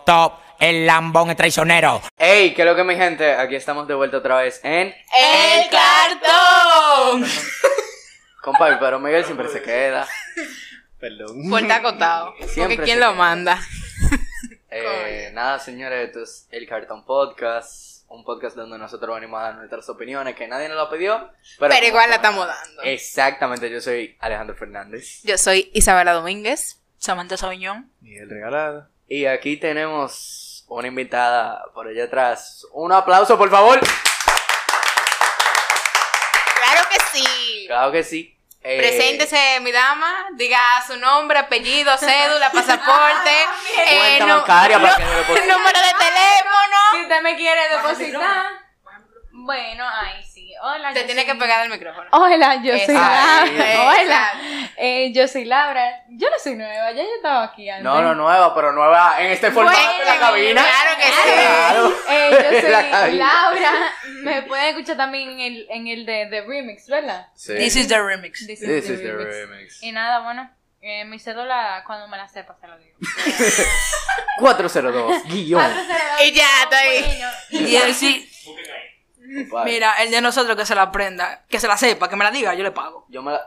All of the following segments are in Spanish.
top, el lambón es traicionero. Ey, ¿qué es lo que mi gente? Aquí estamos de vuelta otra vez en ¡El cartón! Compadre, pero Miguel siempre se queda. Perdón. Por estar acotado. Siempre Porque ¿quién se lo queda. manda? Nada, señores, esto es El Cartón Podcast. Un podcast donde nosotros venimos a dar nuestras opiniones que nadie nos lo pidió. Pero igual la estamos dando. Exactamente, yo soy Alejandro Fernández. Yo soy Isabela Domínguez. Samantha Sabiñón. Miguel Regalado. Y aquí tenemos una invitada por allá atrás. Un aplauso, por favor. Claro que sí. Claro que sí. Preséntese, mi dama. Diga su nombre, apellido, cédula, pasaporte. Cuenta bancaria para que me lo deposite. Número de teléfono. Si usted me quiere depositar. Bueno, ay, sí. Hola. Te yo tiene soy- que pegar el micrófono. Hola, yo soy Exacto. Laura. Hola. Exacto. Yo soy Laura. Yo no soy nueva, ya yo estaba aquí antes. No, nueva, pero nueva en este formato de la cabina. Claro que sí. Claro. Yo soy La cabina. Laura. Me pueden escuchar también en el de Remix, ¿verdad? Sí. This is the remix. This This is the remix. Y nada, bueno, mi cédula cuando me la sepa se lo digo. 402, guión. Y ya, está ahí. Y él sí, Compadre, mira, el de nosotros que se la aprenda, que se la sepa, que me la diga, yo le pago. yo me la...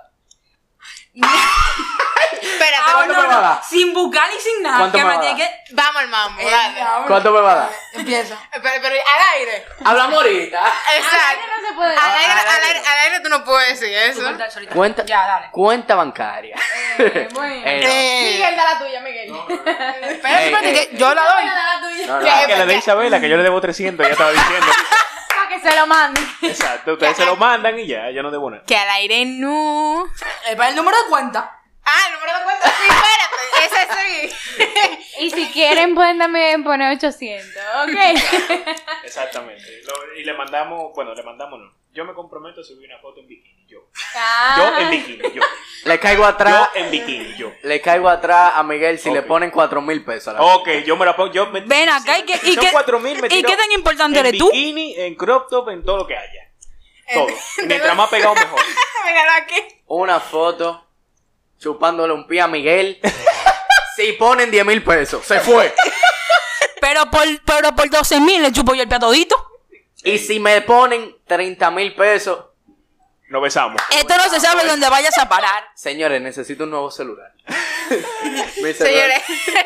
Espérate, ¿Cuánto me va a dar? Sin buscar ni sin nada. ¿Cuánto que me me va a tiene dar? que. vamos al mambo, dale. ¿Cuánto me va a dar? Empieza. Pero al aire. Hablamos ahorita. Exacto. No se puede. Al aire tú no puedes decir eso. Cuenta, Ya, dale. cuenta bancaria. Bueno. Eh, Miguel, da la tuya, Miguel. Espérate, que yo la doy. Da la tuya. no, no, Ya, Que le dé Isabela, que yo le debo 300, ya estaba diciendo. Para que se lo mande. Exacto, ustedes se lo mandan y ya, yo no debo nada. Que al aire no. Para el número de cuenta. Ah, el número de cuenta. Sí, espérate. Ese sí. Y si quieren, pueden también poner 800, ¿ok? Exactamente. Y le mandamos, bueno, no. Yo me comprometo a subir una foto en bikini, yo. Ah. Yo en bikini, yo. le caigo atrás. Yo en bikini, yo. Le caigo atrás a Miguel si Ok. le ponen 4,000 pesos a la Ok, yo me la pongo, yo me... Ven acá, ¿y qué- y son qué- 4,000, me y tiro qué tan importante en eres tú? bikini, en crop top, en todo lo que haya. Todo. Mientras más pegado, mejor. Míralo aquí. Una foto chupándole un pie a Miguel. Si ponen 10,000 pesos, se fue. Pero por 12,000 le chupo yo el plato todito. Y si me ponen 30,000 pesos, Nos besamos. Esto no se sabe dónde vayas a parar. señores, necesito un nuevo celular. Mi celular. Señores,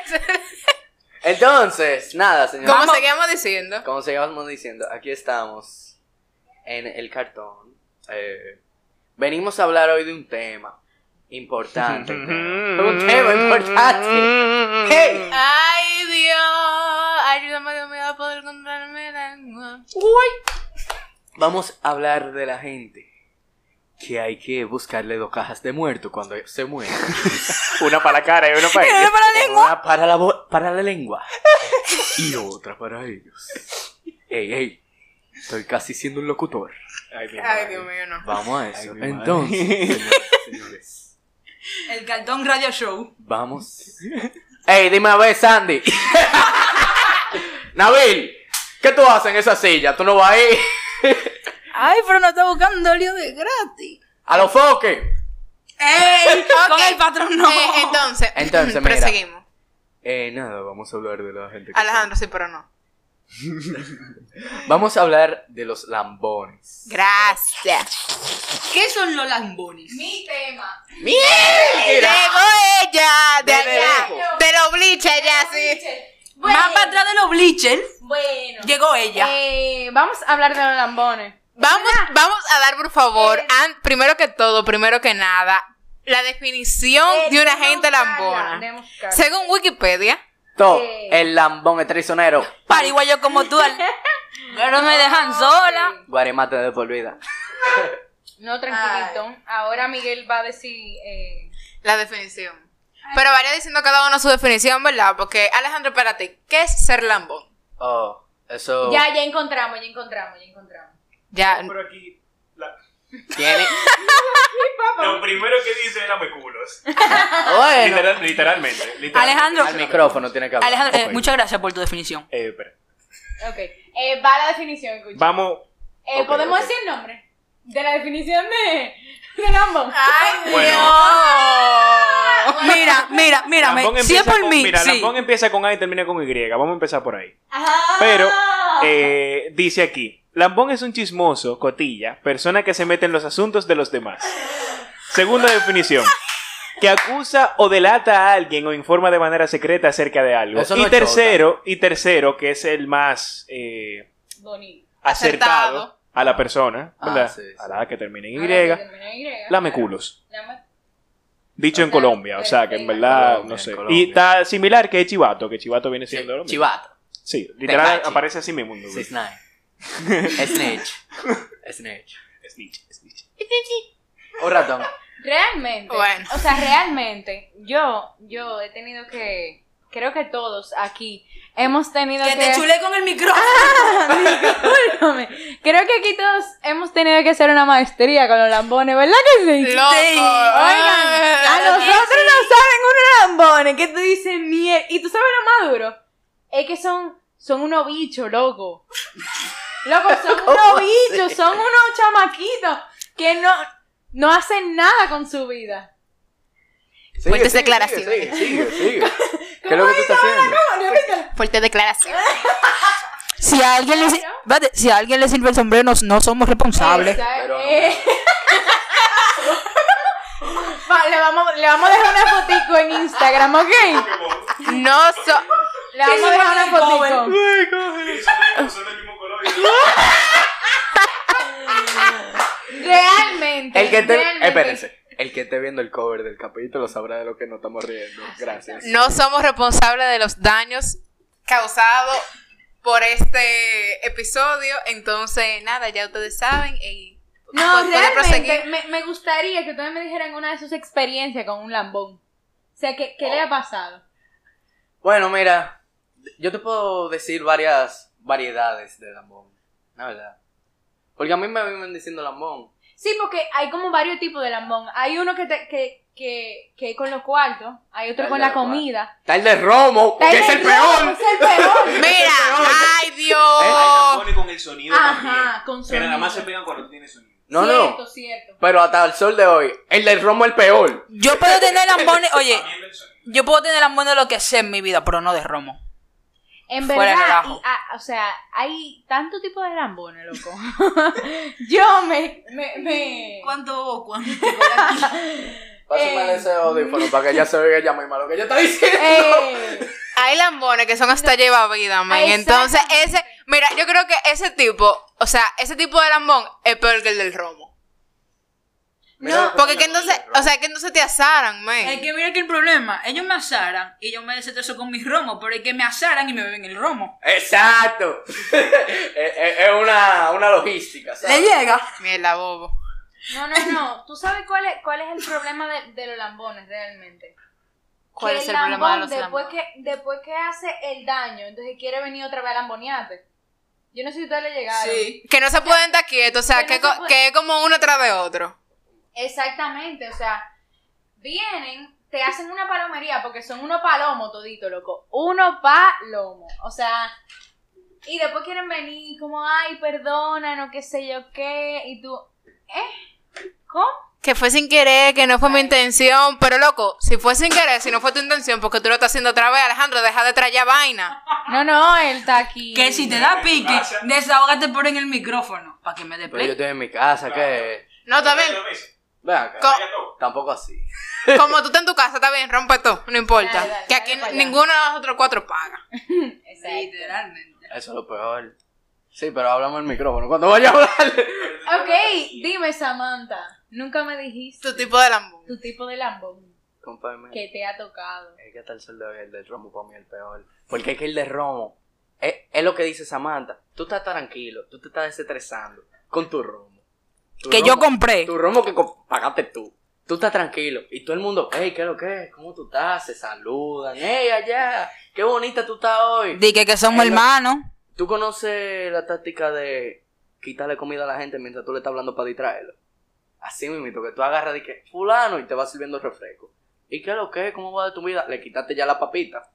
Entonces, nada, señores. como seguíamos diciendo. Como seguíamos diciendo, aquí estamos en El Cartón. Venimos a hablar hoy de un tema importante. Un tema importante. Hey. Ay, Dios. Ayúdame, Dios mío, a poder encontrarme la lengua. Vamos a hablar de la gente que hay que buscarle 2 cajas de muerto cuando se muere. Una para la cara y una para Mira, ella. para la lengua. Una para la lengua y otra para ellos. Ey, estoy casi siendo un locutor. Ay, mi Ay, madre. Dios mío, no. Vamos a eso. Ay, mi Entonces, madre. señores, El Cartón Radio Show. vamos. Ey, dime a ver, Sandy. Nabil, ¿qué tú haces en esa silla? ¿Tú no vas ahí? Ay, pero no está buscando lío de gratis. A los foques. ¡Ey! Con Ok. el patrón no. Entonces, mira. proseguimos. Nada, vamos a hablar de la gente que Alejandro, sí, pero no. Vamos a hablar de los lambones. Gracias. ¿Qué son los lambones? Mi tema. Llegó ella de De allá. lejos. De los bliches ya, sí. Más para atrás de los bleachers, Bueno. llegó ella. Vamos a hablar de los lambones. Vamos a dar, por favor, primero que nada, la definición de un agente lambona. Según Wikipedia, Todo. El lambón es traicionero. Pariguayo como tú. Pero me dejan sola. Guaremate de por vida. No, tranquilito. Ahora Miguel va a decir... la definición. Pero vaya diciendo cada uno su definición, ¿verdad? Porque, Alejandro, espérate, ¿qué es ser lambón? Oh, eso Ya encontramos. Ya, Por aquí, tiene. lo primero que dice es lameculos. Bueno, Literalmente. Alejandro. al micrófono tiene que hablar. Alejandro, Ok. muchas gracias por tu definición. Espera. Ok. Va la definición, escucha. Vamos. Ok, ¿Podemos ok. decir el nombre? De la definición de lambón. ¡Ay, Bueno. Dios! Mírame. Si es por mí, Mira, sí. Lambón empieza con A y termina con Y. Vamos a empezar por ahí. Pero, dice aquí, Lambón es un chismoso, cotilla, persona que se mete en los asuntos de los demás. Segunda definición. Que acusa o delata a alguien o informa de manera secreta acerca de algo. Eso no Y es tercero, que es el más Bonito. acertado Acertado. a la persona, ¿verdad? Sí, sí. A la que termine en Ahora que Y, termina en Y, lame claro. culos. Lame- Dicho O en sea, Colombia, o sea, que en perfecto. verdad, Colombia, no sé. en Colombia. Y está similar que Chivato, que Chivato viene siendo lo mismo. Chivato. Sí, literal Tecachi. aparece así mismo en Google. 6ix9ine. Snitch. Snitch. Snitch. Un ratón. Realmente, Bueno. o sea, realmente, yo he tenido que, creo que todos aquí hemos tenido Que que... te chulé con el micrófono. Discúlpame. Creo que aquí todos hemos tenido que hacer una maestría con los lambones, ¿verdad que sí? Loco. Oigan, a nosotros nos saben unos lambones que tú dices miel. Y tú sabes lo más duro, es que son unos bichos, loco. Loco, son unos bichos, son unos chamaquitos que no hacen nada con su vida. Fuertes declaraciones. Sigue. ¿Qué es lo que tú estás haciendo? Fuerte declaración. Si a alguien le sirve el sombrero, no somos responsables. Pero- Le vamos a dejar una fotico en Instagram, ¿ok? No so... Le vamos a dejar una fotico. Realmente. El que realmente. espérense. El que esté viendo el cover del capítulo sabrá de lo que nos estamos riendo. Gracias. No somos responsables de los daños causados por este episodio. Entonces, nada, ya ustedes saben. Y No, puede proseguir. realmente me gustaría que ustedes me dijeran una de sus experiencias con un lambón. O sea, ¿qué le ha pasado? Bueno, mira, yo te puedo decir varias variedades de lambón, la verdad. Porque a mí me viven diciendo lambón. Sí, porque hay como varios tipos de lambón. Hay uno que con los cuartos, hay otro El con de la los cuartos. comida. Está el de Romo, que es el peor. Es el peor. Mira, ay Hay Dios. lambones con el sonido Ajá, también. con Que nada más se sonido. pegan cuando tiene sonido. No. Cierto. Pero hasta el sol de hoy, el del Romo es el peor. Yo puedo tener lambones, oye, yo puedo tener lambones de lo que sea en mi vida, pero no de romo. En Fuera de verdad, relajo. o sea, hay tanto tipo de lambones, loco. Yo me... ¿Cuánto? Pásame ese audífono para que ya se oiga ya muy malo que yo está diciendo. Hay lambones que son hasta llevavidas, man. Exacto. Entonces, mira, yo creo que ese tipo de lambón es peor que el del romo. Mira, Porque que entonces, que entonces te asaran, man. Es que mira que el problema, ellos me asaran y yo me desestreso con mis romos, pero es que me asaran y me beben el romo. Exacto. Es una logística, ¿sabes? ¿Le llega? Mierda, bobo. No. ¿Tú sabes cuál es el problema de los lambones realmente? ¿Cuál Que es el problema de los después lambones? después que hace el daño, entonces quiere venir otra vez a lambonearte. Yo no sé si ustedes le llegaron. Sí. Que no se pueden estar quietos, o sea, Que que, no se puede- que es como uno tras de otro. Exactamente, o sea, vienen, te hacen una palomería porque son unos palomos todito, loco. Unos palomos, o sea, y después quieren venir como, ay, perdona, no qué sé yo qué, y tú, ¿cómo? Que fue sin querer, que no fue mi intención. Pero loco, si fue sin querer, si no fue tu intención, porque tú lo estás haciendo otra vez, Alejandro, deja de traer vaina. No, él está aquí. Que si te da pique, desahógate por en el micrófono, para que me dé Pero yo play. estoy en mi casa, ¿qué? No, también. Ven acá. Co- Tampoco así. Como tú estás en tu casa, está bien, rompe todo, no importa. Dale, dale, Que aquí dale para allá. ninguno de nosotros cuatro paga. Exacto. Literalmente. Eso es lo peor. Sí, pero háblame el micrófono cuando vaya a hablar. Ok, dime, Samantha, nunca me dijiste Tu tipo de lambón. tu tipo de lambón Compadre, que te ha tocado. es que hasta el sol de hoy el del Romo para mí es el peor. Porque es que el de Romo es lo que dice Samantha. Tú estás tranquilo, tú te estás desestresando con tu Romo. Tu Que Romo- yo compré. Tu Romo que pagaste tú. Tú estás tranquilo. Y todo el mundo, hey, ¿qué es lo que es? ¿Cómo tú estás? Se saludan. Hey, allá. Qué bonita tú estás hoy. Dije que somos Ay, no. hermanos. ¿Tú conoces la táctica de quitarle comida a la gente mientras tú le estás hablando para distraerlo? Así mismo, que tú agarras de que fulano y te vas sirviendo refresco. ¿Y qué es lo que es? ¿Cómo va de tu vida? Le quitaste ya la papita.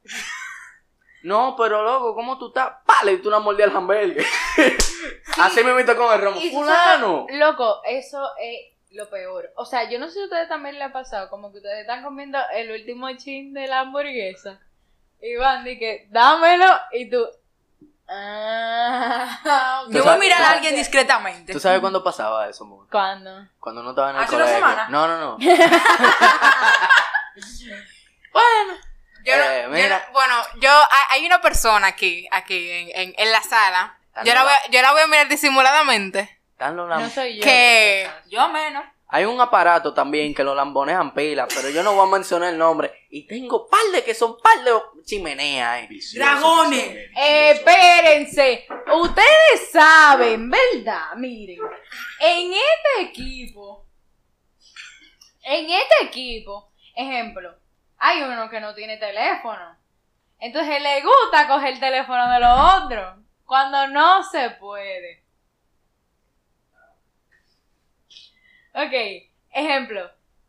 No, pero loco, ¿cómo tú estás? ¡Pah! Le diste una mordida al hamburger. Así mismo con el romo. Y tú ¡Fulano! sabes, loco, eso lo peor. O sea, yo no sé si a ustedes también les ha pasado, como que ustedes están comiendo el último chin de la hamburguesa. Y van, y que, dámelo, y tú. Yo voy a mirar a alguien discretamente. ¿Tú sabes cuándo pasaba eso, amor? ¿Cuándo? Cuando uno estaba en el ¿Hace una colegio. semana? No. Bueno. Hay una persona aquí en la sala. Yo la voy a mirar disimuladamente. Están los No lambones. soy yo. Que Yo menos. Hay un aparato también que los lambonean pila, pero yo no voy a mencionar el nombre. Y tengo par de que son par de chimeneas, Dragones. Espérense. Ustedes saben, ¿verdad? Miren. En este equipo, ejemplo, hay uno que no tiene teléfono. Entonces le gusta coger el teléfono de los otros cuando no se puede. Ok, ejemplo.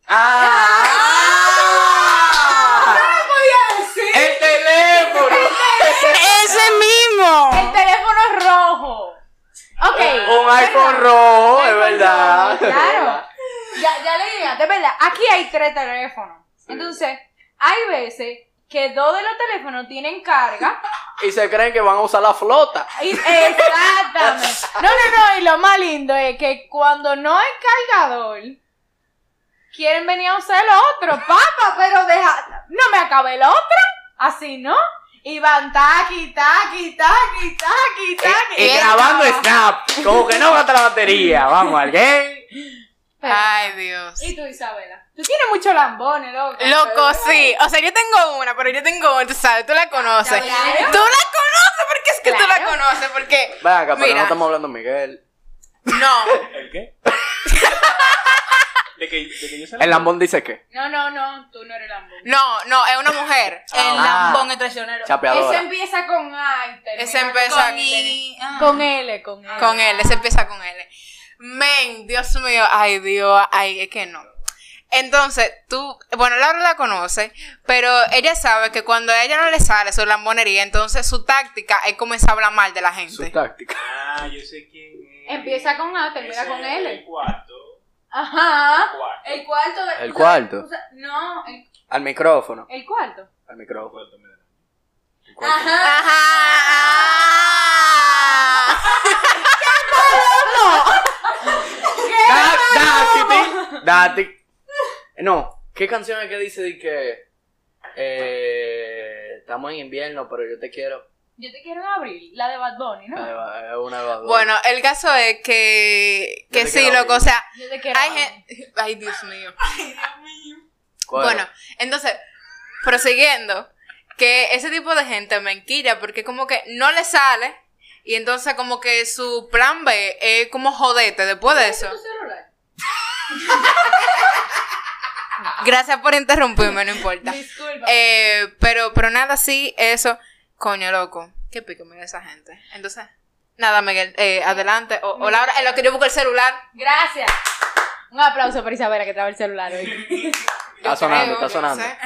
¡El teléfono! ¡ese mismo! El teléfono rojo. Ok. Un iPhone rojo, es verdad. Claro. Ya le llegaste, es verdad. Aquí hay 3 teléfonos. Entonces, hay veces que 2 de los teléfonos tienen carga. Y se creen que van a usar la flota. Exactamente. No, y lo más lindo es que cuando no hay cargador, quieren venir a usar el otro, papá, pero no me acabe el otro, así no. Y van taqui. Y grabando Snap. Como que no gasta la batería. Vamos al game. Ay, Dios. ¿Y tú, Isabela? Tú tienes muchos lambones, loco. Loco, sí. O sea, yo tengo una, pero yo tengo una, tú sabes, tú la conoces. Claro. Tú la conoces porque es que tú la Claro. conoces, porque... Venga, pero Mira. no estamos hablando de Miguel. No. ¿El qué? de que yo sé la- El lambón dice que. No, tú no eres lambón. No, es una mujer. El lambón es traicionero. Chapeadora. Ese empieza con A y termina Ese empieza con I. Con L, con L. Con él, se empieza con él. Men, Dios mío, ay Dios, ay, es que no. Entonces, Laura la conoce, pero ella sabe que cuando a ella no le sale su lambonería, entonces su táctica es comenzar a hablar mal de la gente. Su táctica. Ah, yo sé quién es. Empieza con A, termina Ese con es L. El cuarto. Ajá. Cuarto. El cuarto. El cuarto. No, Al micrófono. el cuarto. Al micrófono. Cuarto, me da. El cuarto. Dati. No, ¿qué canción es que dice de que estamos en invierno, pero yo te quiero? Yo te quiero en abril, la de Bad Bunny, ¿no? Es una Bad Bunny. Bueno, el caso es que Yo te sí, quiero loco, o sea, Yo te quiero. hay en abril. gente... Ay, Dios mío. ¿Cuál? Bueno, entonces, prosiguiendo, que ese tipo de gente me enquilla porque como que no le sale y entonces como que su plan B es como jodete después de eso. ¿Tu celular? Gracias por interrumpirme, no importa. Disculpa. Pero nada, sí, eso, coño, loco, qué pico me da esa gente. Entonces, nada, Miguel, adelante, o Laura, en lo que yo busco el celular. Gracias. Un aplauso para Isabela que trae el celular hoy. Está sonando, Creo, está yo no sonando. sé.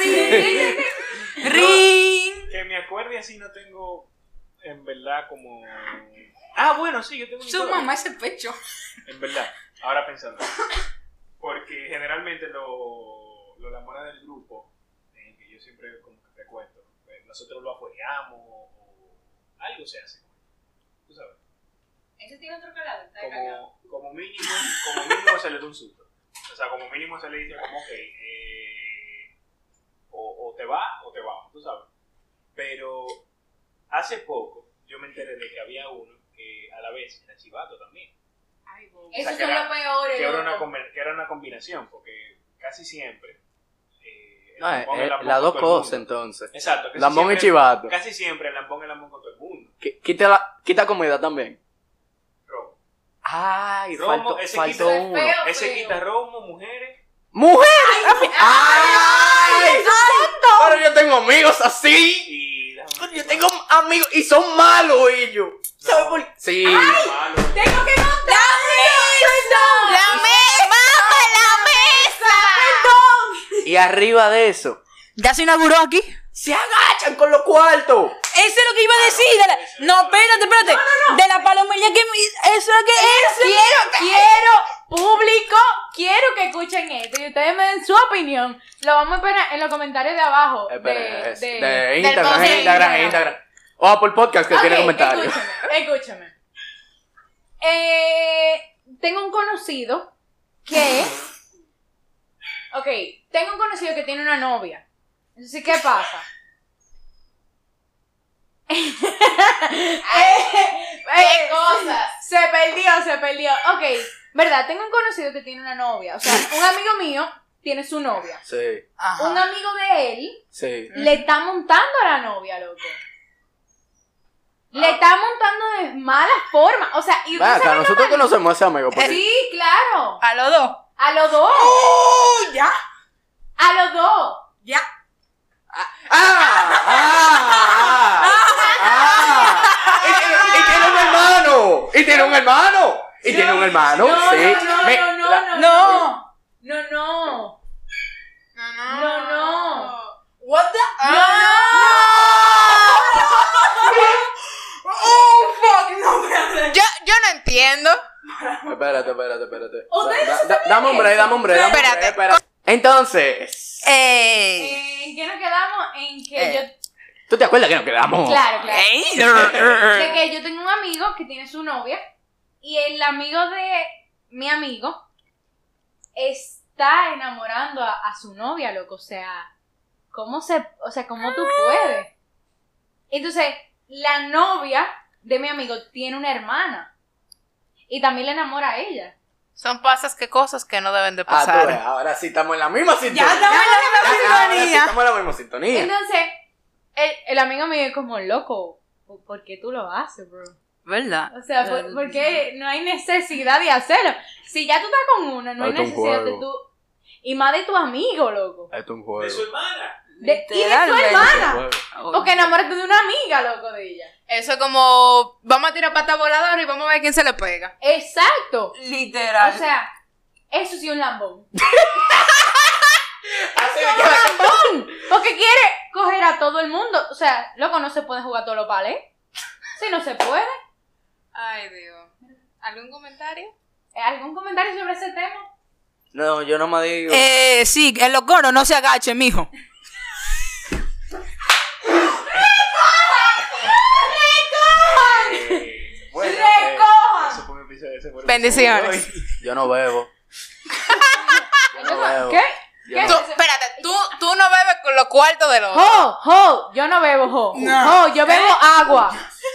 Ring. Que me acuerde así no tengo, en verdad, como... Ah, bueno, sí, yo tengo una Su historia. mamá ese pecho. En verdad, ahora pensando. Porque generalmente los lambones del grupo, que yo siempre como que frecuento, nosotros lo apoyamos o algo se hace. Tú sabes. Ese tiene otro calado, está cagado. Como mínimo se le da un susto. O sea, como mínimo se le dice como que o te va o te vamos, tú sabes. Pero hace poco yo me enteré de que había uno que a la vez era chivato también. Esos O sea, que son era- los peores. Que era, loco. que era una combinación, porque casi siempre... el No, lambón es lambón las con dos todo el cosas mundo. entonces. Exacto. casi Lambón y siempre- chivato. Casi siempre el lambón es lambón con todo el mundo. Quita comida también. Romo. Ay, Romo, ese faltó quita- uno. feo. Ese quita romo, mujeres... ¡Mujeres! ¡Ay! Pero yo tengo amigos así. Y... Pero yo tengo amigos y son malos ellos. ¿Sabes por qué? Sí. malo. Tengo que contar. La mesa. Y arriba de eso, ¿Ya se inauguró aquí? se agachan con los cuartos. Eso es lo que iba a decir. No, espérate. De la palomería que... Eso es lo que es. público, quiero que escuchen esto y ustedes me den su opinión. Lo vamos a esperar en los comentarios de abajo. Espera, de del Instagram, post de Instagram. O Apple Podcast que Ok, tiene comentarios. Escúchame. Tengo un conocido que... Ok, tengo un conocido que tiene una novia. Entonces, ¿qué pasa? ¿Qué cosas? Se perdió. Ok, verdad, tengo un conocido que tiene una novia. O sea, un amigo mío tiene su novia. Sí, Ajá. Un amigo de él sí. le está montando a la novia, loco. Le está montando de mala forma. O sea, y Ven acá, nosotros conocemos a ese amigo. Porque... Sí, claro. A los dos. A los dos. Ya. A los dos. Ya. Y tiene un hermano. Y tiene un hermano. Y tiene un hermano. No, Sí. No. No. What the? No. Oh, fuck, no, espérate. Yo no entiendo. Espérate. Ustedes no saben Dame un break. Espérate. Entonces, ¿En qué nos quedamos? En que ¿tú te acuerdas que nos quedamos? Claro. Ey. De que yo tengo un amigo que tiene su novia y el amigo de mi amigo está enamorando a su novia, loco. O sea, ¿cómo tú puedes? Entonces, la novia de mi amigo tiene una hermana y también le enamora a ella. Son cosas que no deben de Ah, tú pasar. ves, ahora sí estamos en la misma sintonía. Ya estamos en la misma Ahora sí sintonía. estamos en la misma sintonía. Entonces, el amigo mío es como, loco, ¿por qué tú lo haces, bro? ¿Verdad? O sea, porque no hay necesidad de hacerlo. Si ya tú estás con una, no hay Esto es un necesidad de juego. tú... Y más de tu amigo, loco. Esto es un juego. De su hermana. Y de su Literalmente. hermana. Porque enamórate de una amiga, loco, de ella. Eso es como, vamos a tirar pata voladora y vamos a ver quién se le pega. Exacto. Literal. O sea, eso sí es un lambón. Así ¡Un lambón! Porque quiere coger a todo el mundo. O sea, loco, no se puede jugar todos los palés. Si no se puede. Ay, Dios. ¿Algún comentario? ¿Algún comentario sobre ese tema? No, yo no me digo. Sí, en los coros no se agache, mijo. Bueno, ¡Recojan! eso fue un episodio, ese fue el Bendiciones. episodio de hoy. Yo no bebo. Yo no bebo. ¿Qué? Yo ¿Qué? no- Espérate, tú no bebes con los cuartos de los ¡Jo! Yo no bebo, jo. No. Jo, yo bebo agua.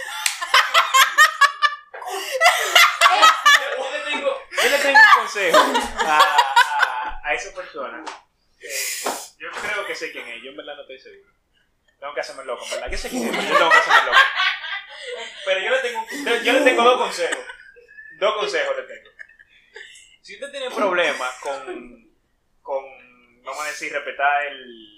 Yo le tengo un consejo a esa persona. Yo creo que sé quién es. Yo en verdad no estoy seguro. Tengo que hacerme loco, en verdad. Yo sé quién es, pero yo tengo que hacerme loco. Pero yo le tengo dos consejos. Dos consejos le tengo. Si usted tiene problemas con vamos a decir, respetar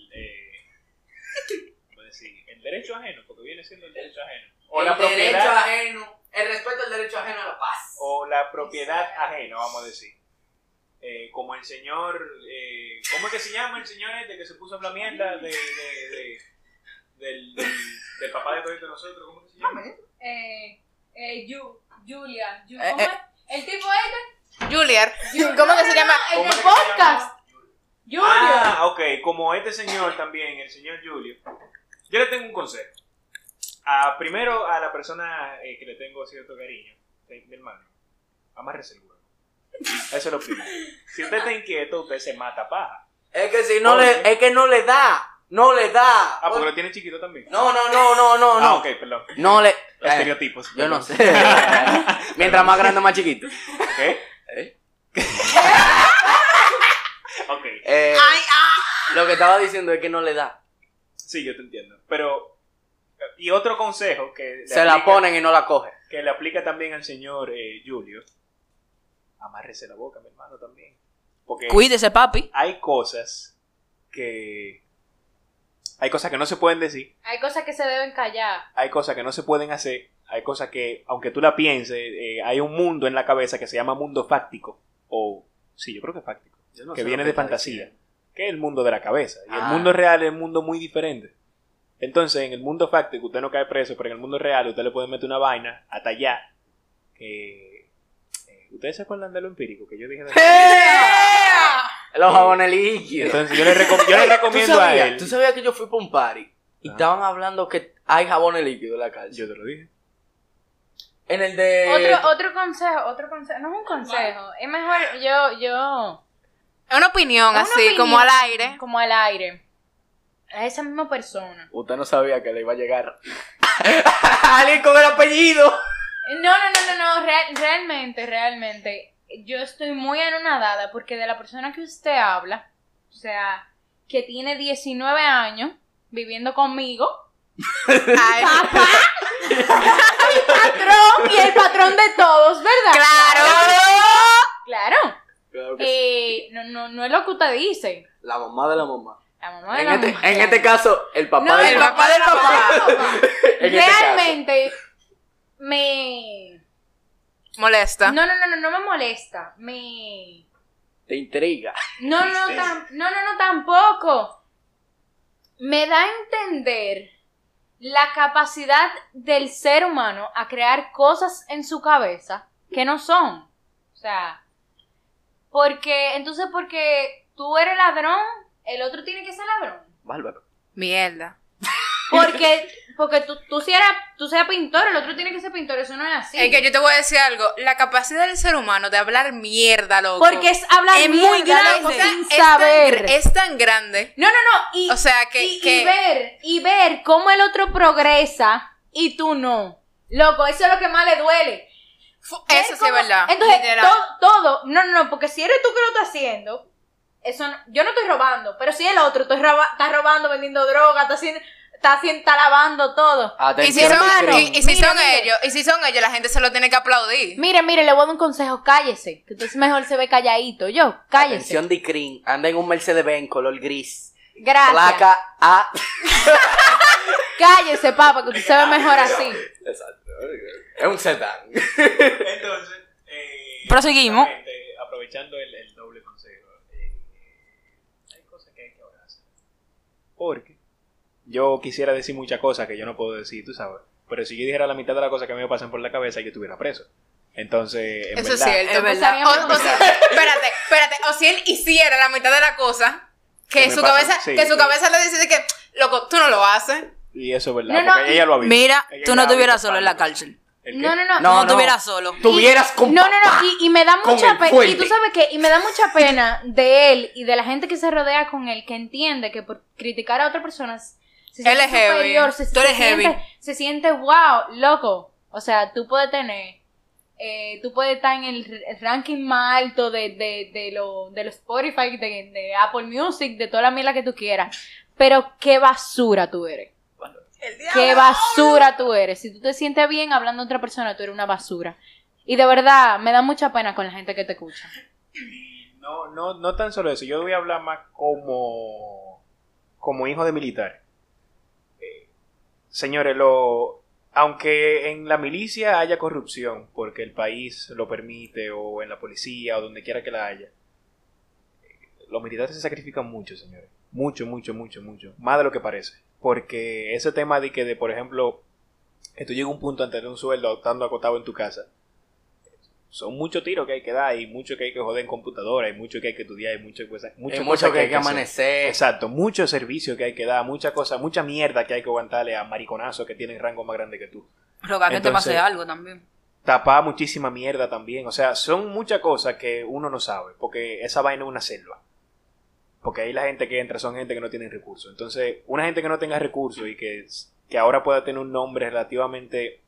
el derecho ajeno, porque viene siendo el derecho ajeno. O la propiedad. ajeno. El respeto al derecho ajeno a la paz. O la propiedad ajena, vamos a decir. Como el señor, ¿cómo es que se llama el señor este que se puso a hablar mierda del papá de todos nosotros? ¿Cómo que se llama? Julia. ¿Cómo es? El tipo este. Julier. ¿Cómo que se llama? El ¿Cómo del es que se podcast. Julio. Ah, ok, como este señor también, el señor Julio. Yo le tengo un consejo. Primero a la persona que le tengo cierto cariño, mi hermano, amárrese el huevo. Eso es lo primero. Si usted está inquieto, usted se mata paja. Es que si no ¿Por le, qué? es que no le da. No le da. Ah, porque lo tiene chiquito también. No. Ah, ok, perdón. No le. Estereotipos. Yo no perdón. sé. Mientras más grande, más chiquito. ¿Qué? ¿Eh? Ok. Lo que estaba diciendo es que no le da. Sí, yo te entiendo. Pero, y otro consejo que le Se la aplica- ponen y no la cogen. que le aplica también al señor Julio. Amárrese la boca, mi hermano, también. Porque Cuídese, papi. hay cosas que no se pueden decir, Hay cosas que se deben callar. hay cosas que no se pueden hacer, hay cosas que, aunque tú la pienses, hay un mundo en la cabeza que se llama mundo fáctico, o, sí, yo creo que es fáctico, Yo no que sé viene lo de está fantasía, diciendo. que es el mundo de la cabeza, y el Ah. mundo real es un mundo muy diferente. Entonces, en el mundo fáctico usted no cae preso, pero en el mundo real usted le puede meter una vaina hasta allá, que ¿Ustedes se acuerdan de lo empírico que yo dije? Los jabones líquidos. Entonces yo le recomiendo a él. ¿Tú sabías que yo fui para un party y estaban hablando que hay jabones líquidos en la calle? Yo te lo dije. En el de... Otro consejo, no es un consejo, es mejor yo... Es una opinión es una así, opinión, como al aire. Como al aire. A esa misma persona. Usted no sabía que le iba a llegar alguien con el apellido. No, realmente, yo estoy muy anonadada porque de la persona que usted habla, o sea, que tiene 19 años viviendo conmigo, Ay, papá, el patrón y el patrón de todos, ¿verdad? Claro. Claro que sí. No es lo que usted dice. La mamá de la mamá. La mamá de la mamá. En este caso, el papá No, del el papá. papá del papá. En este caso. Realmente me... molesta. No me molesta. Te intriga. No, tampoco. Me da a entender la capacidad del ser humano a crear cosas en su cabeza que no son. O sea, porque tú eres ladrón, el otro tiene que ser ladrón. Bárbaro. Mierda. Porque tú seas pintor, el otro tiene que ser pintor, eso no es así. Es que yo te voy a decir algo, la capacidad del ser humano de hablar mierda, loco. Porque es hablar es mierda, muy grande, loco, o sea, sin saber. es tan grande. No, y, O sea, y ver cómo el otro progresa y tú no. Loco, eso es lo que más le duele. Eso sí es verdad. Entonces, literal. todo, no, porque si eres tú que lo estás haciendo, eso yo no estoy robando, pero si el otro está robando, vendiendo droga, está lavando todo. Y si son ellos, la gente se lo tiene que aplaudir. Mire, le voy a dar un consejo, cállese, que entonces mejor se ve calladito. Cállese. Atención de Crin, anda en un Mercedes-Benz color gris. Gracias. Placa A. Cállese, papá, que usted se ve mejor así. Exacto. Es un sedán. Entonces, Proseguimos. Aprovechando el doble consejo, hay cosas que hay que ahora hacer. Porque yo quisiera decir muchas cosas que yo no puedo decir, tú sabes. Pero si yo dijera la mitad de las cosas que me pasan por la cabeza, yo estuviera preso. Entonces, en Eso verdad, es cierto. es verdad. Espérate. O si él hiciera la mitad de la cosa, que me su pasa, cabeza, sí, que su sí. cabeza le dice de que, loco, tú no lo haces. y eso es verdad, No, porque ella lo ha visto. Mira, Ella tú ya no ha estuvieras visto solo en la parte. cárcel. ¿El qué? No. No, estuvieras solo. Tuvieras con No, papá. y me da Con mucha el pena. fuerte. Y tú sabes que, y me da mucha pena de él y de la gente que se rodea con él, que entiende que por criticar a otra persona se siente Él es heavy. superior, Tú eres heavy. se siente wow, loco. O sea, tú puedes estar en el ranking más alto de los Spotify, de Apple Music, de toda la mierda que tú quieras. Pero qué basura tú eres. Qué basura tú eres. Si tú te sientes bien hablando a otra persona, tú eres una basura. Y de verdad, me da mucha pena con la gente que te escucha. No tan solo eso. Yo voy a hablar más como hijo de militar. Señores, aunque en la milicia haya corrupción, porque el país lo permite, o en la policía, o donde quiera que la haya, los militares se sacrifican mucho, señores. Mucho. Más de lo que parece. Porque ese tema de por ejemplo, que tú llegas a un punto antes de un sueldo estando acostado en tu casa, son muchos tiros que hay que dar, y mucho que hay que joder en computadora, y mucho que hay que estudiar, y mucho cosas que hay que amanecer. Exacto, mucho servicio que hay que dar, mucha cosa, mucha mierda que hay que aguantarle a mariconazos que tienen rango más grande que tú. Rogar que te Entonces, pase algo también. Tapar muchísima mierda también. O sea, son muchas cosas que uno no sabe, porque esa vaina es una selva. Porque ahí la gente que entra son gente que no tiene recursos. Entonces, una gente que no tenga recursos y que ahora pueda tener un nombre relativamente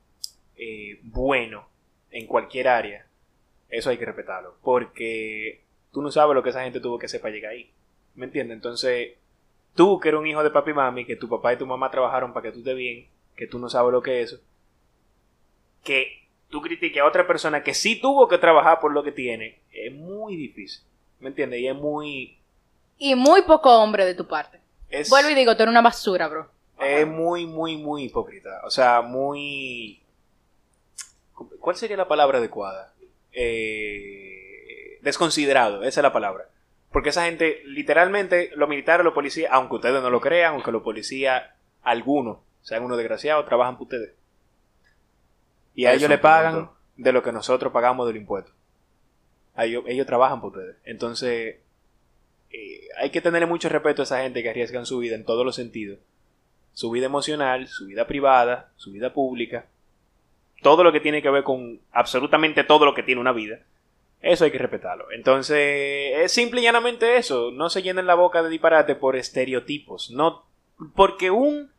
bueno en cualquier área, eso hay que respetarlo. Porque tú no sabes lo que esa gente tuvo que hacer para llegar ahí. ¿Me entiendes? Entonces, tú que eres un hijo de papi y mami, que tu papá y tu mamá trabajaron para que tú estés bien, que tú no sabes lo que es eso, que tú critiques a otra persona que sí tuvo que trabajar por lo que tiene, es muy difícil. ¿Me entiendes? Y muy poco hombre de tu parte. Es, Vuelvo y digo, tú eres una basura, bro. es muy hipócrita. O sea, muy... ¿Cuál sería la palabra adecuada? Desconsiderado, esa es la palabra. Porque esa gente, literalmente, los militares, los policías, aunque ustedes no lo crean, aunque los policías, algunos, sean unos desgraciados, trabajan por ustedes. Y a Eso ellos le es un pagan punto. de lo que nosotros pagamos del impuesto. Ellos trabajan por ustedes. Entonces, hay que tenerle mucho respeto a esa gente que arriesgan su vida en todos los sentidos. Su vida emocional, su vida privada, su vida pública. Todo lo que tiene que ver con absolutamente todo lo que tiene una vida. Eso hay que respetarlo. Entonces, es simple y llanamente eso. No se llenen la boca de disparate por estereotipos. No, porque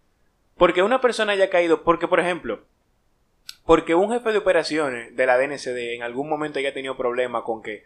una persona haya caído, porque por ejemplo, porque un jefe de operaciones de la DNCD en algún momento haya tenido problemas con que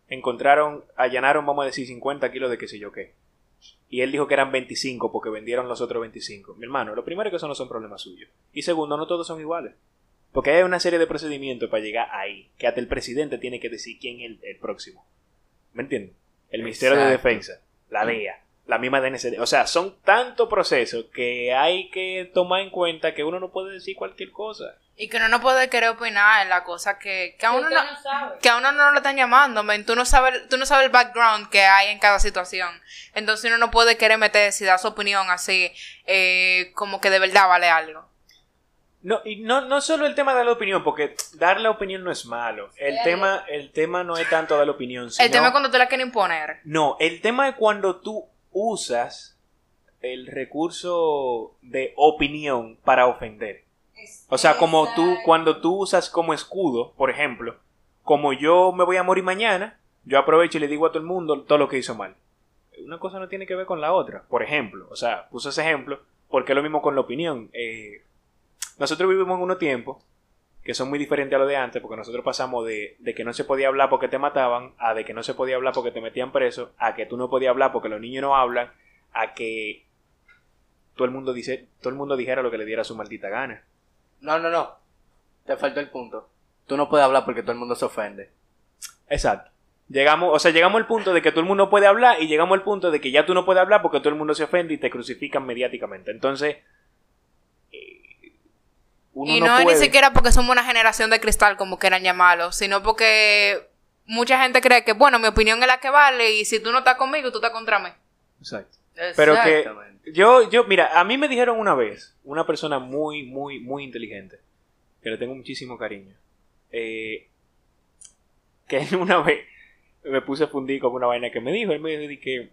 allanaron, vamos a decir, 50 kilos de qué sé yo qué. Y él dijo que eran 25 porque vendieron los otros 25. Mi hermano, lo primero es que eso no son problemas suyos. Y segundo, no todos son iguales. Porque hay una serie de procedimientos para llegar ahí, que hasta el presidente tiene que decir quién es el próximo. ¿Me entiendes? El Ministerio de Defensa, la DEA, la misma DNCD. O sea, son tantos procesos que hay que tomar en cuenta que uno no puede decir cualquier cosa. Y que uno no puede querer opinar en la cosa que a uno no sabe. Que a uno no lo están llamando, man. Tú no sabes el background que hay en cada situación. Entonces uno no puede querer meterse y dar su opinión así, como que de verdad vale algo. No, y no solo el tema de la opinión, porque dar la opinión no es malo. El tema no es tanto dar la opinión, sino... El tema es cuando te la quieren imponer. No, el tema es cuando tú usas el recurso de opinión para ofender. O sea, cuando tú usas como escudo, por ejemplo, como yo me voy a morir mañana, yo aprovecho y le digo a todo el mundo todo lo que hizo mal. Una cosa no tiene que ver con la otra. Por ejemplo, o sea, puse ese ejemplo porque es lo mismo con la opinión. Nosotros vivimos en unos tiempos que son muy diferentes a lo de antes, porque nosotros pasamos de que no se podía hablar porque te mataban, a de que no se podía hablar porque te metían preso, a que tú no podías hablar porque los niños no hablan, a que todo el mundo dijera lo que le diera su maldita gana. No. Te faltó el punto. Tú no puedes hablar porque todo el mundo se ofende. Exacto. Llegamos al punto de que todo el mundo puede hablar y llegamos al punto de que ya tú no puedes hablar porque todo el mundo se ofende y te crucifican mediáticamente. Entonces, y no es ni siquiera porque somos una generación de cristal, como quieran llamarlo, sino porque mucha gente cree que, bueno, mi opinión es la que vale y si tú no estás conmigo, tú estás contra mí. Exacto. Pero que yo, mira, a mí me dijeron una vez, una persona muy, muy, muy inteligente, que le tengo muchísimo cariño, que una vez me puse a fundir con una vaina que me dijo. Él me dijo que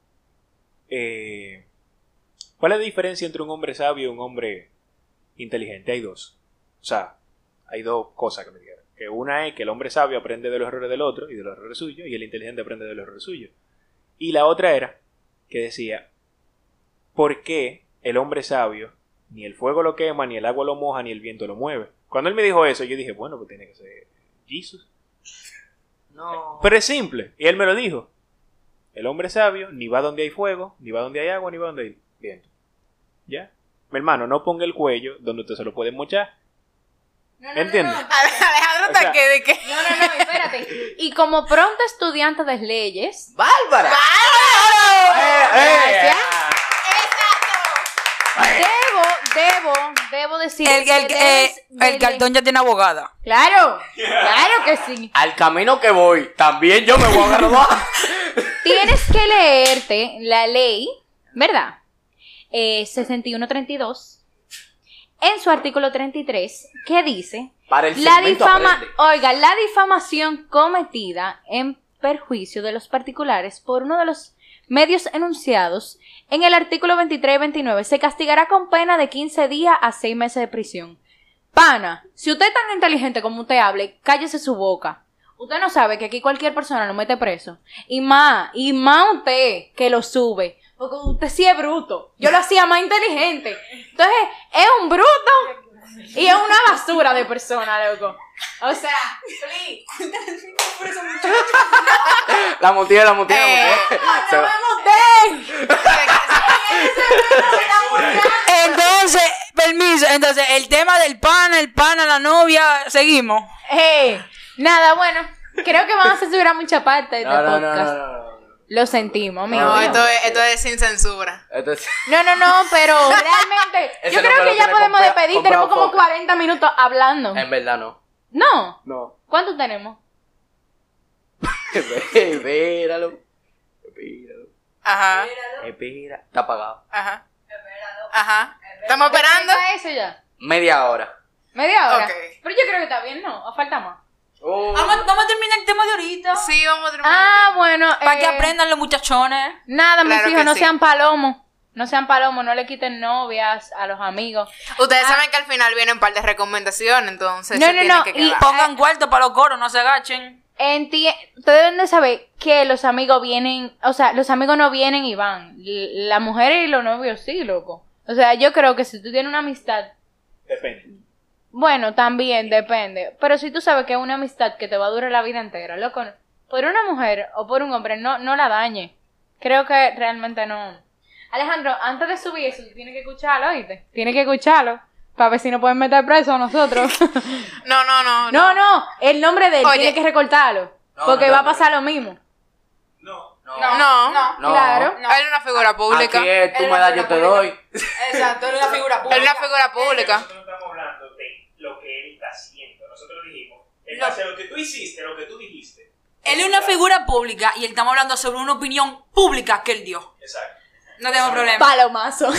¿cuál es la diferencia entre un hombre sabio y un hombre inteligente? Hay dos. O sea, hay dos cosas que me dijeron. Que una es que el hombre sabio aprende de los errores del otro y de los errores suyos, y el inteligente aprende de los errores suyos. Y la otra era que decía, ¿por qué el hombre sabio ni el fuego lo quema, ni el agua lo moja, ni el viento lo mueve? Cuando él me dijo eso, yo dije, bueno, pues tiene que ser Jesús. No. Pero es simple, y él me lo dijo. El hombre sabio ni va donde hay fuego, ni va donde hay agua, ni va donde hay viento. ¿Ya? Mi hermano, no ponga el cuello donde usted se lo puede mochar. ¿Entiendes? Alejandro está sea, que de que... No, espérate. Y como pronto estudiante de leyes... ¡Bárbara! Gracias. Debo decir El cartón ya tiene abogada. Claro que sí. Al camino que voy, también yo me voy a graduar. Tienes que leerte la ley, ¿verdad? 6132, en su artículo 33, que dice: Para el segmento aprende. la difamación cometida en perjuicio de los particulares por uno de los medios enunciados en el artículo 23 y 29 se castigará con pena de 15 días a 6 meses de prisión. Pana, si usted es tan inteligente como usted hable, cállese su boca. Usted no sabe que aquí cualquier persona lo mete preso. Y más usted que lo sube. Porque usted sí es bruto. Yo lo hacía más inteligente. Entonces, es un bruto y es una basura de persona, loco. O sea, please. La mutea. ¡No me Entonces, permiso. Entonces, el tema del pana, la novia, seguimos. Nada, bueno. Creo que vamos a censurar mucha parte de este podcast. No. Lo sentimos, amigo. No, esto es sin censura. Entonces, No, pero realmente Ese yo no creo me lo que ya tiene podemos comprado despedir. Tenemos como Foca. 40 minutos hablando. en verdad no. No. ¿Cuánto tenemos? Espéralo. Ajá. Espera. Está apagado. Ajá. ¿Estamos esperando? ¿Está eso ya? Media hora. ¿Media hora? Ok. Pero yo creo que está bien, ¿no? ¿O falta más? Vamos a terminar el tema de ahorita. Sí, vamos a terminar. Ah, bueno. Para que aprendan los muchachones. Nada, Claro mis hijos, que no sí. sean palomos. No sean palomos, no le quiten novias a los amigos. Ustedes saben que al final vienen un par de recomendaciones, entonces No, se no, tienen no, que y quedar. Pongan cuarto para los coros, no se agachen. Ustedes deben de saber que los amigos vienen, o sea, los amigos no vienen y van. Las mujeres y los novios sí, loco. O sea, yo creo que si tú tienes una amistad, Depende. bueno, también depende. Pero si tú sabes que es una amistad que te va a durar la vida entera, loco, por una mujer o por un hombre, no la dañe. Creo que realmente no. Alejandro, antes de subir eso, tú tienes que escucharlo, ¿oíste? Tienes que escucharlo. Para ver si nos pueden meter preso a nosotros. No, el nombre de él Oye. tiene que recortarlo. No, porque no, va a no. pasar lo mismo. No. No. No. Claro. Él es una figura pública. Aquí es, tú Él me es das, una yo te figura doy. Exacto, él es una figura Él es una figura pública. Nosotros no estamos hablando de lo que él está haciendo. Nosotros dijimos, en base a lo que tú hiciste, lo que tú dijiste. Él es una figura pública y él estamos hablando sobre una opinión pública que él dio. Exacto. No tenemos problema. Palomazo.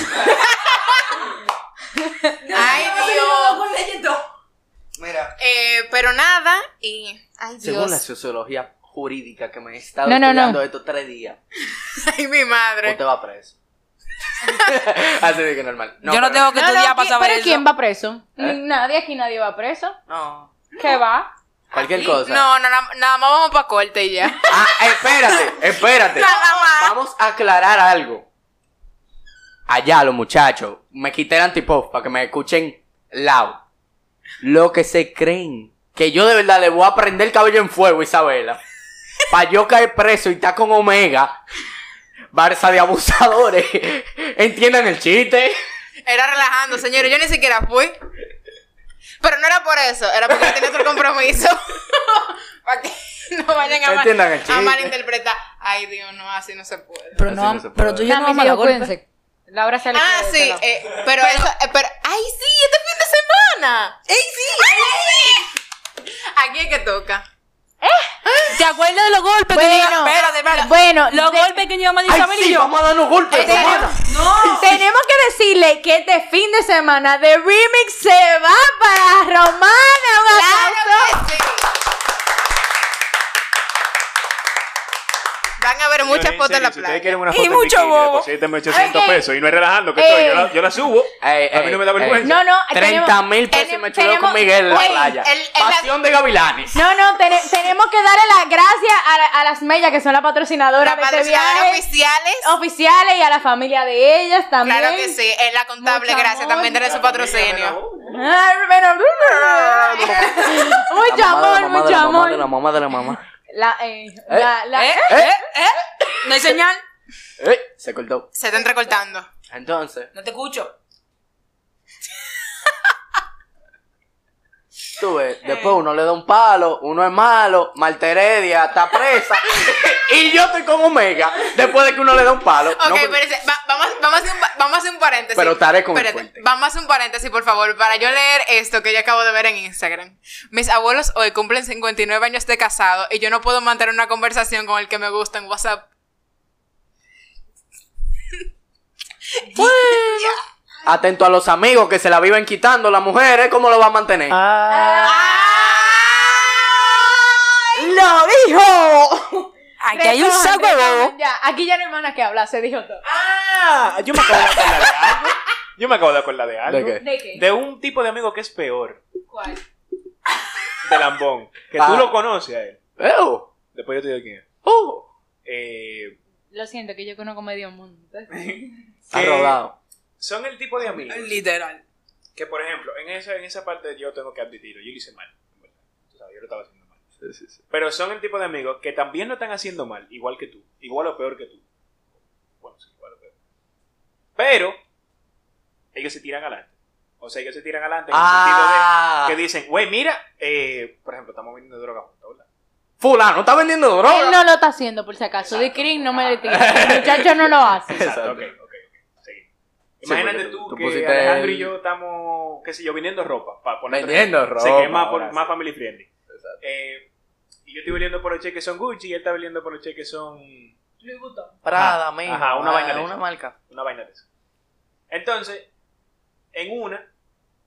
Ay, Dios. Mira. Pero nada, y... Ay, Según la Dios. sociología jurídica que me he estado No, estudiando estos 3 días, Ay, mi madre. usted va preso. Así de que normal. Yo no tengo que estudiar para saber ¿Pero eso. quién va preso? ¿Eh? Nadie va preso. No. ¿Qué va? Cualquier cosa. No, nada más vamos para corte y ya. Ah, espérate. Nada más. Vamos a aclarar algo. Allá, los muchachos, me quité el antipop para que me escuchen loud. Lo que se creen que yo de verdad le voy a prender el cabello en fuego, Isabela, para yo caer preso y estar con Omega, Barça de abusadores. ¿Entiendan el chiste? Era relajando, señores. Yo ni siquiera fui. Pero no era por eso, era porque tenía otro compromiso. Para que no vayan Entiendan el chiste. a malinterpretar. Ay, Dios, no, así no se puede. Pero, Así no, no se pero puede. tú y yo no Mis vamos a dar hijos, golpe. cuídense. Laura se le Ah, queda sí, de este lado. pero eso, pero, ay, sí, este fin de semana. ¡Ey, sí! Aquí es que toca. ¿Te acuerdas de los golpes que Bueno, llevamos? Espérate. bueno, Los golpes que llevamos de Ay, Isabel y sí, yo. vamos a darnos golpes, hermana. No. Tenemos que decirle que este fin de semana de Remix se va para Romana. Un aplauso. ¡Claro que sí! Van a ver muchas fotos en la Si ustedes playa. quieren una Y foto en mucho bikini, bobo. deposítenme 800 Ok. pesos. Y no es relajando, que estoy. Yo la subo. a mí no me da vergüenza. No, no, 30,000 pesos y me chuleo tenemos- con Miguel en la Ey, playa. el- Pasión de gavilanes. No, tenemos que darle las gracias a las mellas que son las patrocinadoras Las de este patrocinadoras viaje. oficiales. Oficiales y a la familia de ellas también. Claro que sí. Es la contable, Mucho gracias. amor. También tiene su patrocinio. Ay, pero- mucho amor, mucho amor. De la mamá de la mamá. No hay señal. Se cortó. Se está entrecortando. Entonces, No te escucho. tú ves, después uno le da un palo, uno es malo, Marta Heredia está presa, y yo estoy con Omega, después de que uno le da un palo. Ok, No, pero- espérense, vamos a hacer un paréntesis. Pero estaré con el Espérate, puente. vamos a hacer un paréntesis, por favor, para yo leer esto que yo acabo de ver en Instagram. Mis abuelos hoy cumplen 59 años de casado y yo no puedo mantener una conversación con el que me gusta en WhatsApp. Atento a los amigos que se la viven quitando las mujeres, ¿cómo lo va a mantener? ¡Lo dijo! Aquí hay un saco de bobo. Ya, aquí ya no hay más que hablar, se dijo todo. Yo me acabo de acordar de algo. Yo me acabo de acordar de algo. ¿De qué? ¿De qué? De un tipo de amigo que es peor. ¿Cuál? De Lambón. Que Ah. tú lo conoces a él. Oh, Después yo te digo quién es. oh. Lo siento, que yo conozco medio mundo. Está Que rodado. Son el tipo de amigos Literal. que, por ejemplo, en esa parte yo tengo que admitirlo. Yo lo hice mal. en verdad. Tú sabes, yo lo estaba haciendo mal. Sí. Pero son el tipo de amigos que también lo están haciendo mal, igual que tú. Igual o peor que tú. Bueno, sí, igual o peor. Pero ellos se tiran adelante. O sea, ellos se tiran adelante en el sentido de que dicen, güey, mira, por ejemplo, estamos vendiendo droga juntos, ¿verdad? Fulano está vendiendo droga. Él no lo está haciendo, por si acaso. De Crin no me le tira. El muchacho no lo hace. Exacto, ok. Seguimos. Imagínate porque tú tú que pusiste Alejandro y el- yo estamos, qué sé yo, vendiendo ropa. Para poner Vendiendo Sé que es ropa, más, ahora más sí. family friendly. Y yo estoy vendiendo por los cheques que son Gucci y él está vendiendo por los cheques que son Prada, Ajá, amigo. ajá, una vaina de una esa. marca. una vaina de eso. Entonces, en una,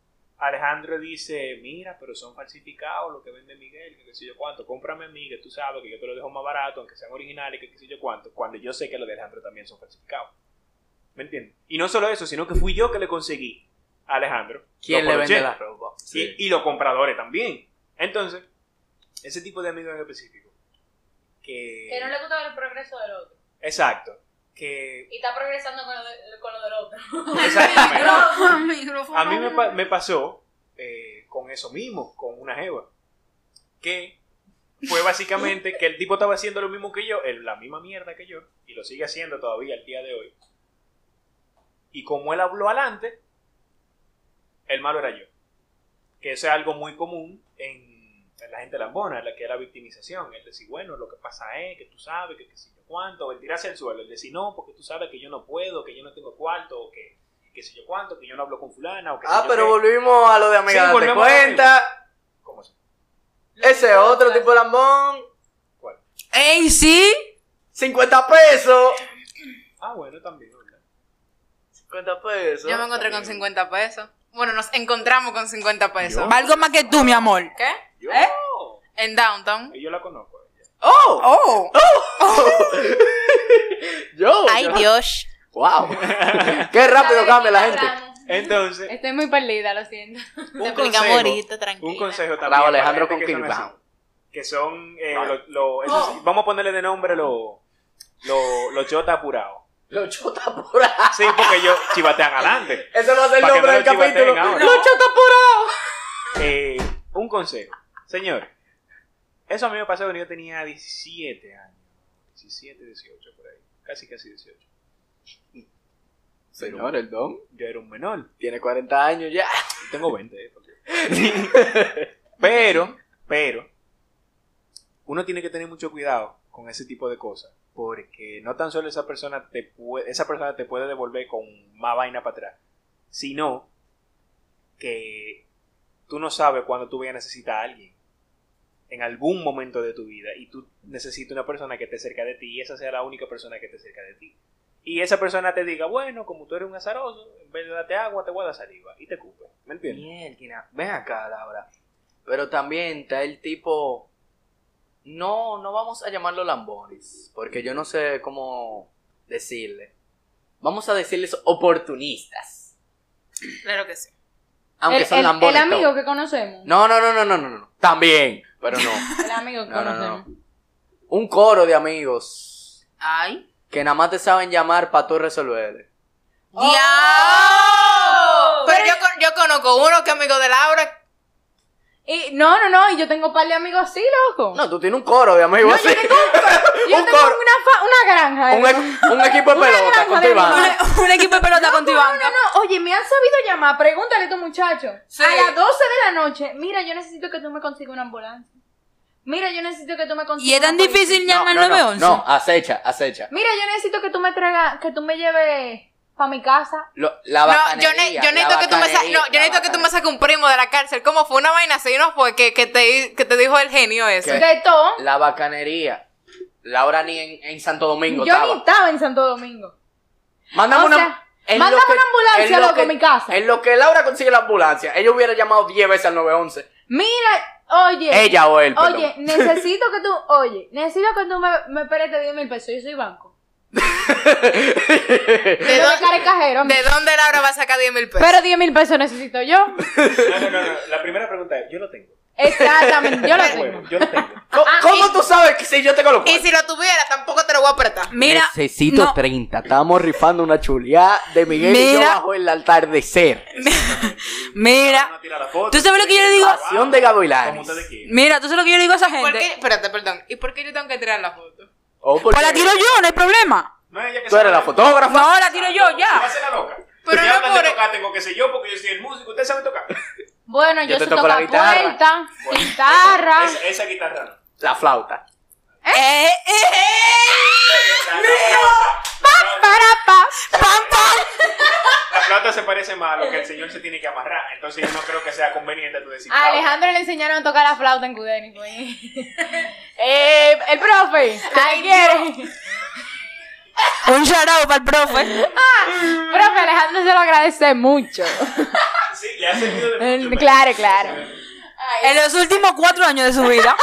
Alejandro dice, mira, pero son falsificados lo que vende Miguel, que qué sé yo cuánto, cómprame a mí, que tú sabes que yo te lo dejo más barato, aunque sean originales, que qué sé yo cuánto, cuando yo sé que los de Alejandro también son falsificados. ¿Me entiendes? Y no solo eso, sino que fui yo que le conseguí a Alejandro. ¿Quién lo le vende coloché. la ropa? Sí. Y los compradores también. Entonces, ese tipo de amigos en específico, Que no le gusta ver el progreso del otro. Exacto. Que... Y está progresando con lo del otro. Exactamente. A mí me pasó con eso mismo, con una jeva. Que fue básicamente que el tipo estaba haciendo lo mismo que yo, la misma mierda que yo, y lo sigue haciendo todavía el día de hoy. Y como él habló adelante, el malo era yo. Que eso es algo muy común en la gente lambona, la que es la victimización. El decir, bueno, lo que pasa es que tú sabes que sé yo cuánto, o el tirarse al suelo, el decir, no, porque tú sabes que yo no puedo, que yo no tengo cuarto, o que sé yo cuánto, que yo no hablo con fulana, o que sé yo Pero qué. volvimos a lo de amiga, Sí, date volvemos a lo cuenta. ¿Cómo así? Ese es otro tipo de lambón. ¿Cuál? ¡Ey, sí! 50 pesos. Ah, bueno, también, ¿verdad? 50 pesos. Yo me encontré con 50 pesos. Bueno, nos encontramos con 50 pesos. Valgo más que tú, mi amor. ¿Qué? Yo, En Downtown. yo la conozco a ella. ¡Oh! Yo. Ay, Dios. ¡Wow! ¡Qué rápido cambia la gente! Entonces, Estoy muy perdida, lo siento. Te explicamos ahorita, un tranquila. consejo también. Bravo, para Alejandro gente con que son Kirby. así, que son, eso sí, vamos a ponerle de nombre los chotas apurados. Los chotaporados. Sí, porque ellos chivatean adelante. Ese va a ser el Para que nombre no del lo chivateen capítulo. ahora. ¡Los chotaporados! Un consejo. Señores, eso a mí me pasó cuando yo tenía 17 años. 17, 18 por ahí. Casi 18. Señor, el don Yo era un menor. tiene 40 años ya. Tengo 20. Pero, uno tiene que tener mucho cuidado con ese tipo de cosas. Porque no tan solo esa persona te puede devolver con más vaina para atrás, sino que tú no sabes cuándo tú vayas a necesitar a alguien en algún momento de tu vida y tú necesitas una persona que esté cerca de ti y esa sea la única persona que esté cerca de ti. Y esa persona te diga, bueno, como tú eres un azaroso, en vez de darte agua, te voy a dar saliva y te cupe. ¿Me entiendes? Mierda, ven acá, Laura. Pero también está el tipo... No vamos a llamarlo lambones, porque yo no sé cómo decirle. Vamos a decirles oportunistas. Claro que sí. Aunque son lambones. El amigo todos. que conocemos. No. También, pero no. El amigo que conocemos. Un coro de amigos Ay. que nada más te saben llamar para tú resolverle. ¡Diablo! Pero yo conozco uno que es amigo de Laura. Y no, y yo tengo un par de amigos así, loco. No, tú tienes un coro de amigos así. Yo tengo Un coro. una granja. Un equipo de pelota con tu Iván. Un equipo de pelota con tu banca. No, oye, me han sabido llamar. Pregúntale a tu muchacho. Sí. A las 12 de la noche. Mira, yo necesito que tú me consigas una ambulancia. Mira, yo necesito que tú me consigas. Y es tan una policía. difícil llamar al 911. No, acecha. Mira, yo necesito que tú me traigas, que tú me lleves para mi casa. La No, bacanería. yo necesito que tú me saques. No, yo necesito que tú me saques un primo de la cárcel. ¿Cómo fue una vaina así? ¿No fue que te dijo el genio ese? ¿Qué? De todo. La bacanería. Laura ni en Santo Domingo Yo estaba. ni estaba en Santo Domingo. Mándame O una... sea, en mándame lo que- una ambulancia, en lo loco, que- a mi casa. En lo que Laura consigue la ambulancia, ella hubiera llamado 10 veces al 911. Mira, oye. Ella o él, perdón. Oye, necesito que tú me prestes 10,000 pesos. Yo soy banco. ¿De Yo soy cajero. amigo. ¿De dónde Laura va a sacar 10,000 pesos? Pero 10,000 pesos necesito yo. No. La primera pregunta es, yo lo tengo. Exactamente, yo lo tengo. Bueno, yo lo tengo. ¿Cómo tú sabes que si yo tengo los Y cuartos? si lo tuviera, tampoco te lo voy a apretar. Mira, Necesito no. 30. Estamos rifando una chuleada de Miguel y yo Mira. bajo el atardecer. Mira, Vamos a tirar la foto. ¿tú sabes lo que yo le digo? Pasión de Gavilanes. Como ustedes quieran. Mira, ¿tú sabes lo que yo le digo a esa ¿Por qué? gente? Espérate, perdón. ¿Y por qué yo tengo que tirar la foto? Oh, porque Pues la tiro yo, no hay problema. No es ella que tú eres la fotógrafa. No, la tiro yo, Va a ya. ser la loca. Pero Si no hablan por- de tocar, tengo que ser yo porque yo soy el músico. Ustedes saben tocar. Bueno, Yo yo te sé toco la tocar guitarra. puerta, guitarra. Esa guitarra no. La flauta. Eh. La flauta se parece más a lo que el señor se tiene que amarrar. Entonces yo no creo que sea conveniente tú decir A flauta. Alejandro le enseñaron a tocar la flauta en Cudeni. Pues. El profe, ¿qué quiere? Un shout out para el profe. Profe, Alejandro se lo agradece mucho. Sí, le ha servido de mucho. Claro, claro. En los últimos 4 años de su vida.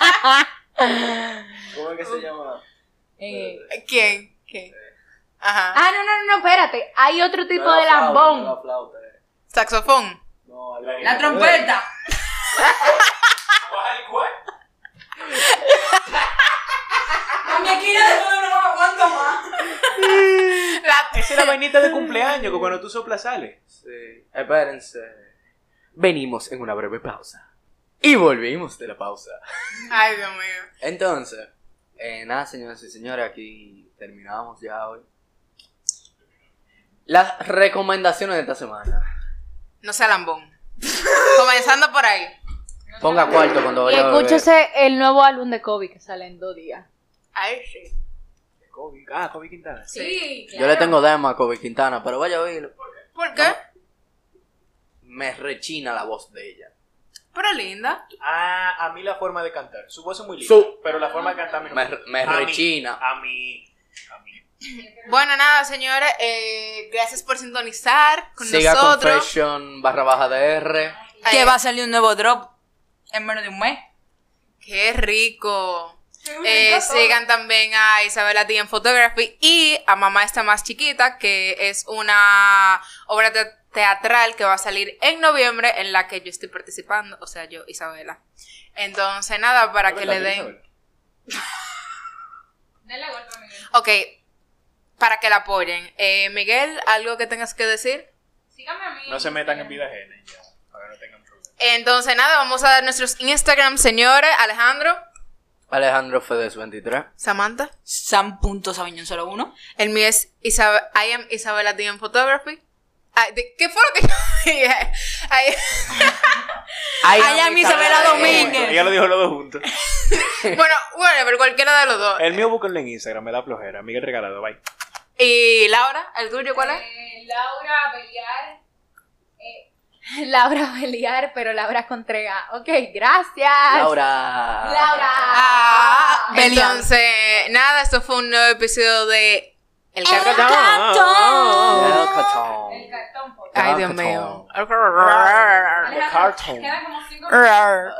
¿Cómo es que se llama? ¿Quién? Ajá. Ah, no, espérate. Hay otro tipo de No, la lambón. flauta. Saxofón. No, La trompeta. ¿Cuál? A mi esquina después de no aguanto más. Esa es la vainita de cumpleaños que cuando tú soplas sale. Sí. Espérense. Venimos en una breve pausa. Y volvimos de la pausa. Ay, Dios mío. Entonces, nada, señoras y señores, aquí terminamos ya hoy. Las recomendaciones de esta semana. No sea lambón. Comenzando por ahí. Ponga cuarto cuando Y vaya a beber. escúchese el nuevo álbum de Kobe que sale en 2 días. Ay, sí. Kobe Quintana. Sí. Yo le tengo demo a Kobe Quintana, pero vaya a oírlo. ¿Por qué? Me rechina la voz de ella. Pero linda. A mí la forma de cantar. Su voz es muy linda, pero la forma de cantar a mí no Me A mí, rechina. A mí. Bueno, nada, señores. Gracias por sintonizar con Siga nosotros. Confession_DR. Que va a salir un nuevo drop en menos de un mes. Qué rico. Sigan también a Isabela T en Photography y a Mamá Está Más Chiquita, que es una obra teatral que va a salir en noviembre en la que yo estoy participando, o sea, yo, Isabela. Entonces, nada, para que le den... Dale golpe, Miguel. Ok, para que la apoyen. Miguel, ¿algo que tengas que decir? Sígame a mí. No se metan en vida ajena ya, para que no tengan problemas. Entonces, nada, vamos a dar nuestros Instagram, señores. Alejandro, Alejandro Fedes 23. Samantha. Sam.Sabiñón01. El mío es I am Isabela T en Photography. Ay, ¿qué fue lo que yo dije? Ay, I am Isabela Domínguez. Ella lo dijo los dos juntos. bueno, pero cualquiera de los dos. El mío búsquenlo en Instagram, me da flojera. Miguel Regalado, bye. Y Laura, ¿el tuyo cuál es? Laura Beliar. Laura Beliar, pero Laura Contrega. Ok, gracias. Laura. Beliar. Entonces, nada, esto fue un nuevo episodio de El Cartón. El Ay, Dios mío. The cartoon. Queda como 5